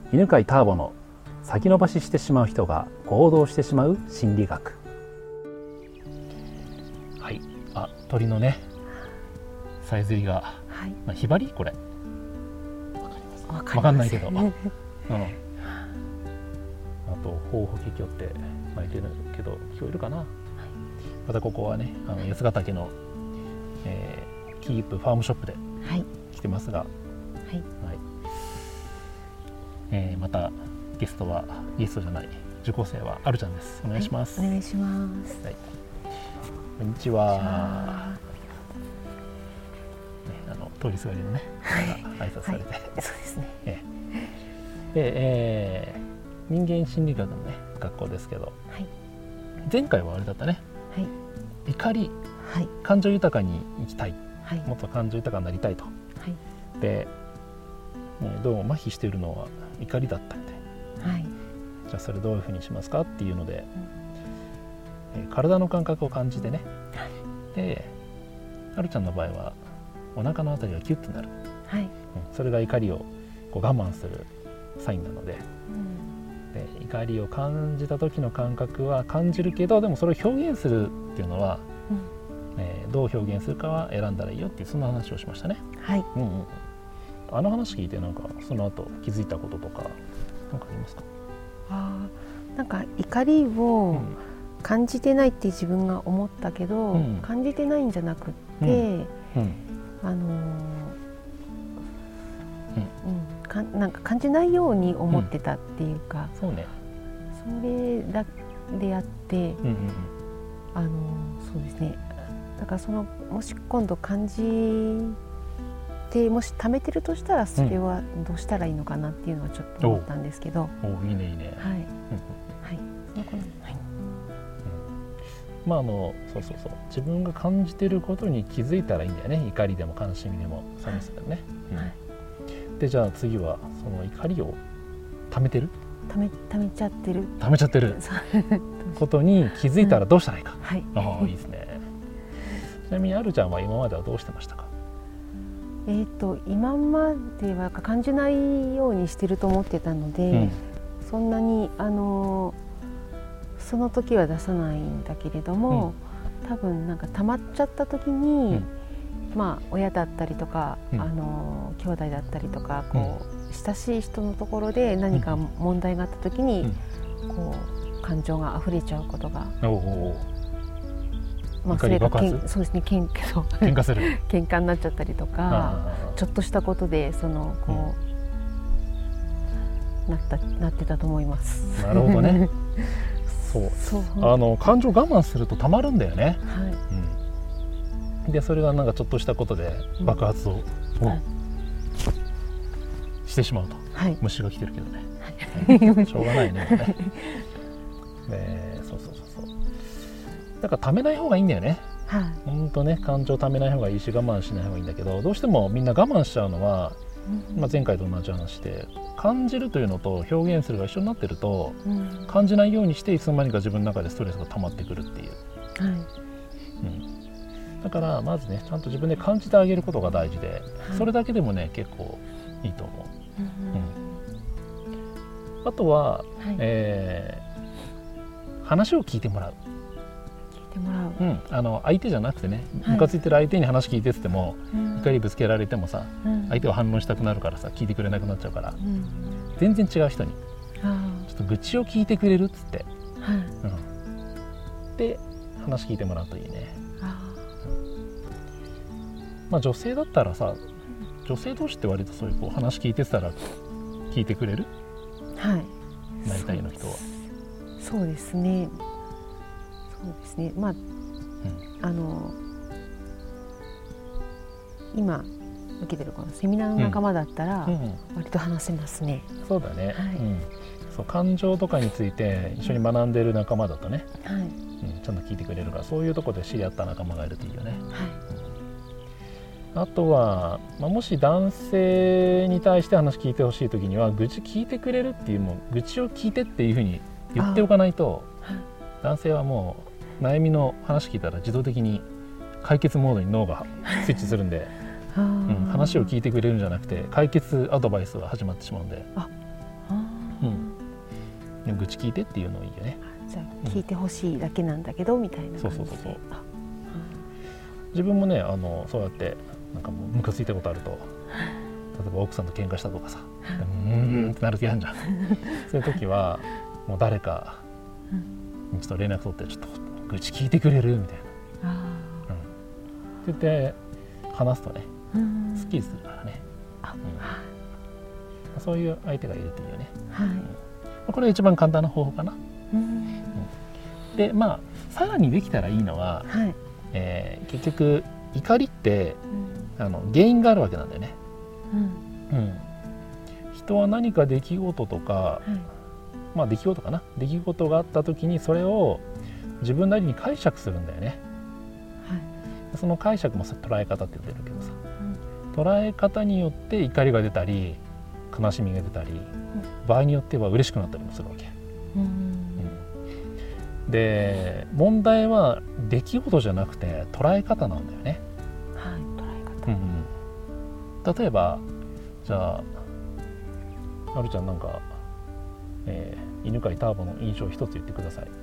犬飼ターボの先延ばししてしまう人が行動してしまう心理学。はい、鳥のねさえずりが、ヒバリこれわかんないけど、あとホウホケキョって巻いてるけど聞こえるかな。またここはね八ヶ岳の、キープファームショップで来てますが、またゲストじゃない受講生はあるちゃんです。お願いします。 お願いします。 こんにちは。通りすがりのね、挨拶されて、 そうですね。 で、人間心理学のね学校ですけど、前回はあれだったね。怒り、感情豊かに生きたい、もっと感情豊かになりたいと。で、どうも麻痺しているのは怒りだったみたいな。じゃあそれどういうふうにしますかっていうので、体の感覚を感じてね。で、はるちゃんの場合はお腹のあたりがキュッとなる、それが怒りをこう我慢するサインなので、で怒りを感じた時の感覚は感じるけど、でもそれを表現するっていうのは、どう表現するかは選んだらいいよっていう、そんな話をしましたね。あの話聞いてなんかその後気づいたこととか何かありますか？ なんか怒りを感じてないって自分が思ったけど、感じてないんじゃなくって、なんか感じないように思ってたっていうか、それだであって、そうですね。だからもし今度感じてもし溜めてるとしたら、それはどうしたらいいのかなっていうのはちょっと思ったんですけど。 いいねいいね。そう自分が感じてることに気づいたらいいんだよね。怒りでも悲しみでも寂しさでもね。でじゃあ次はその怒りを溜めちゃってることに気づいたらどうしたらいいか。いいですね。ちなみにあるちゃんは今まではどうしてましたか？ 今までは感じないようにしてると思ってたので、そんなにその時は出さないんだけれども、多分なんか溜まっちゃった時に、親だったりとか、兄弟だったりとか親しい人のところで何か問題があった時に、感情が溢れちゃうことが、それがそうですね、喧嘩になっちゃったりとか、ちょっとしたことでなってたと思います。 なるほどね。感情を我慢するとたまるんだよね。でそれがなんかちょっとしたことで爆発をしてしまうと。虫が来てるけどね。しょうがないね。だからためない方がいいんだよね。本当ね、感情ためない方がいいし、我慢しない方がいいんだけど、どうしてもみんな我慢しちゃうのは、前回と同じ話で、感じるというのと表現するが一緒になってると、感じないようにしていつの間にか自分の中でストレスが溜まってくるっていう。だからまずね、ちゃんと自分で感じてあげることが大事で、それだけでもね結構いいと思う。あとは、話を聞いてもらう。相手じゃなくてね、ムカついてる相手に話聞いてっても、怒りぶつけられてもさ、相手は反応したくなるからさ、聞いてくれなくなっちゃうから、全然違う人にちょっと愚痴を聞いてくれるっつって、で話聞いてもらうといいね。女性だったらさ、女性同士って割とそういう話聞いてたら聞いてくれる？なりたいの人は。 そうですね。今受けてるこのセミナーの仲間だったら割と話せますね。 そうだね。感情とかについて一緒に学んでいる仲間だとね、ちゃんと聞いてくれるから、そういうところで知り合った仲間がいるといいよね。あとは、もし男性に対して話聞いてほしいときには、愚痴聞いてくれるっていう、もう愚痴を聞いてっていうふうに言っておかないと、男性はもう悩みの話聞いたら自動的に解決モードに脳がスイッチするんで、話を聞いてくれるんじゃなくて解決アドバイスが始まってしまうんで、 愚痴聞いてっていうのいいよね。 じゃあ聞いてほしいだけなんだけど、みたいな感じで。そう。 自分もねそうやってなんかもうムカついたことあると、例えば奥さんと喧嘩したとかさ、ってなる時あるじゃんそういう時はもう誰かにちょっと連絡取ってちょっと愚痴聞いてくれるみたいな、って言って話すとねすっきりするからね、そういう相手がいるといいよね、これが一番簡単な方法かな。でさらにできたらいいのは、結局怒りって原因があるわけなんだよね。人は何か出来事とか、出来事があった時にそれを自分なりに解釈するんだよね。その解釈も捉え方って言ってるけどさ、捉え方によって怒りが出たり悲しみが出たり、場合によっては嬉しくなったりもするわけ。で問題は出来事じゃなくて捉え方なんだよね。捉え方。例えばじゃあるちゃんなんか、犬飼ターボの印象一つ言ってください。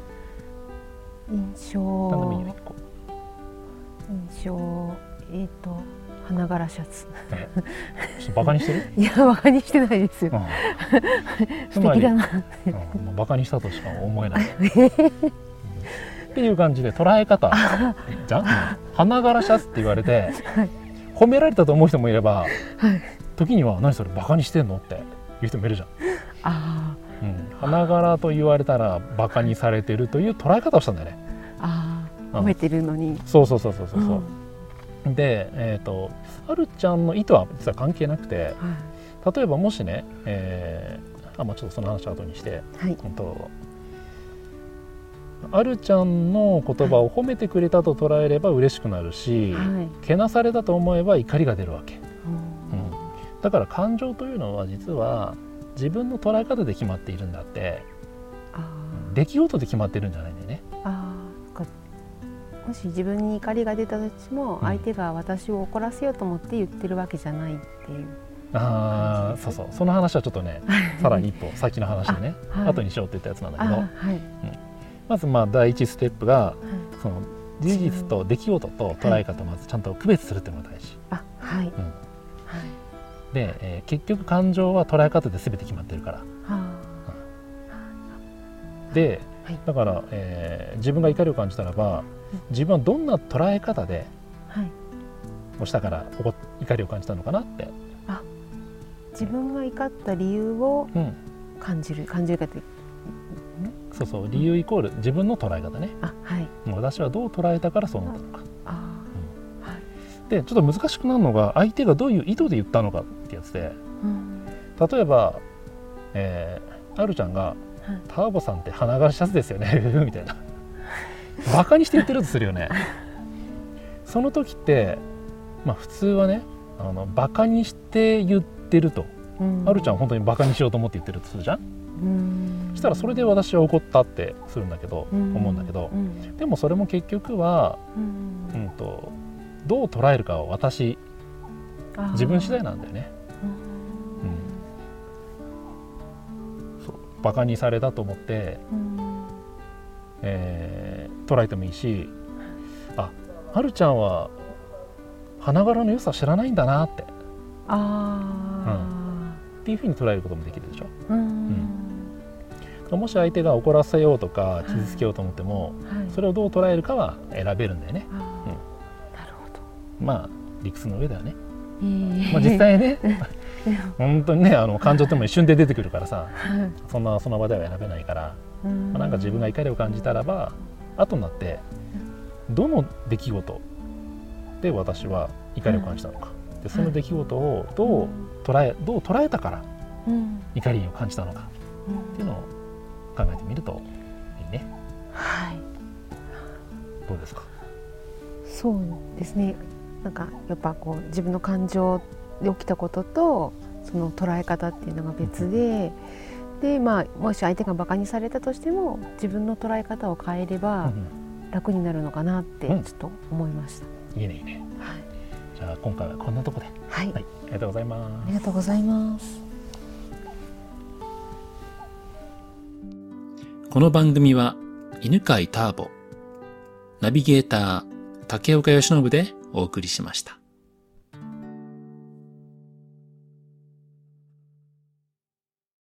印象。 何でもいいよ、1個。 印象花柄シャツ。 ちょっとバカにしてる？ いやバカにしてないですよ。素敵だな。 バカにしたとしか思えない。っていう感じで捉え方じゃん。花柄シャツって言われて褒められたと思う人もいれば、時には何それバカにしてんのっていう人もいるじゃん。花柄と言われたらバカにされてるという捉え方をしたんだよね。 褒めてるのに。 そう。で、あるちゃんの意図は実は関係なくて、例えばもしね、ちょっとその話は後にして、あるちゃんの言葉を褒めてくれたと捉えれば嬉しくなるし、けなされたと思えば怒りが出るわけ。だから感情というのは実は自分の捉え方で決まっているんだって、出来事で決まってるんじゃないんだよね。 もし自分に怒りが出たとしても、相手が私を怒らせようと思って言ってるわけじゃないっていう。 その話はちょっとねさらに一歩先の話でね、後にしようって言ったやつなんだけど、まず第一ステップが、その事実と出来事と捉え方をまずちゃんと区別するっていうのが大事。で、結局感情は捉え方で全て決まってるから。でだから、自分が怒りを感じたらば、自分はどんな捉え方で、したから怒りを感じたのかなって。 自分が怒った理由を感じる方。 理由イコール自分の捉え方ね。私はどう捉えたからそうなったのか。でちょっと難しくなるのが、相手がどういう意図で言ったのかってやつで、例えば、あるちゃんがターボさんって花柄シャツですよねみたいなバカにして言ってるとするよね。その時って普通はね、バカにして言ってると、あるちゃん本当にバカにしようと思って言ってるとするじゃん。そしたらそれで私は怒ったってするんだけど、思うんだけど、でもそれも結局は、どう捉えるかは自分次第なんだよね。バカにされたと思って、捉えてもいいし、あるちゃんは花柄の良さ知らないんだなって、っていうふうに捉えることもできるでしょ。もし相手が怒らせようとか傷つけようと思っても、それをどう捉えるかは選べるんだよね。 なるほど。 理屈の上ではね。実際ね本当にね、感情っても一瞬で出てくるからさ、その場では選べないから、なんか自分が怒りを感じたらば、後になってどの出来事で私は怒りを感じたのか、でその出来事をどう捉えたから怒りを感じたのかっていうのを考えてみるといいね。どうですか？ そうですね。なんかやっぱ自分の感情で起きたこととその捉え方っていうのが別で、もし相手がバカにされたとしても自分の捉え方を変えれば楽になるのかなってちょっと思いました。 いいね。じゃあ今回はこんなとこで。ありがとうございます。 ありがとうございます。 この番組は犬飼ターボ、ナビゲーター竹岡由伸でお送りしました。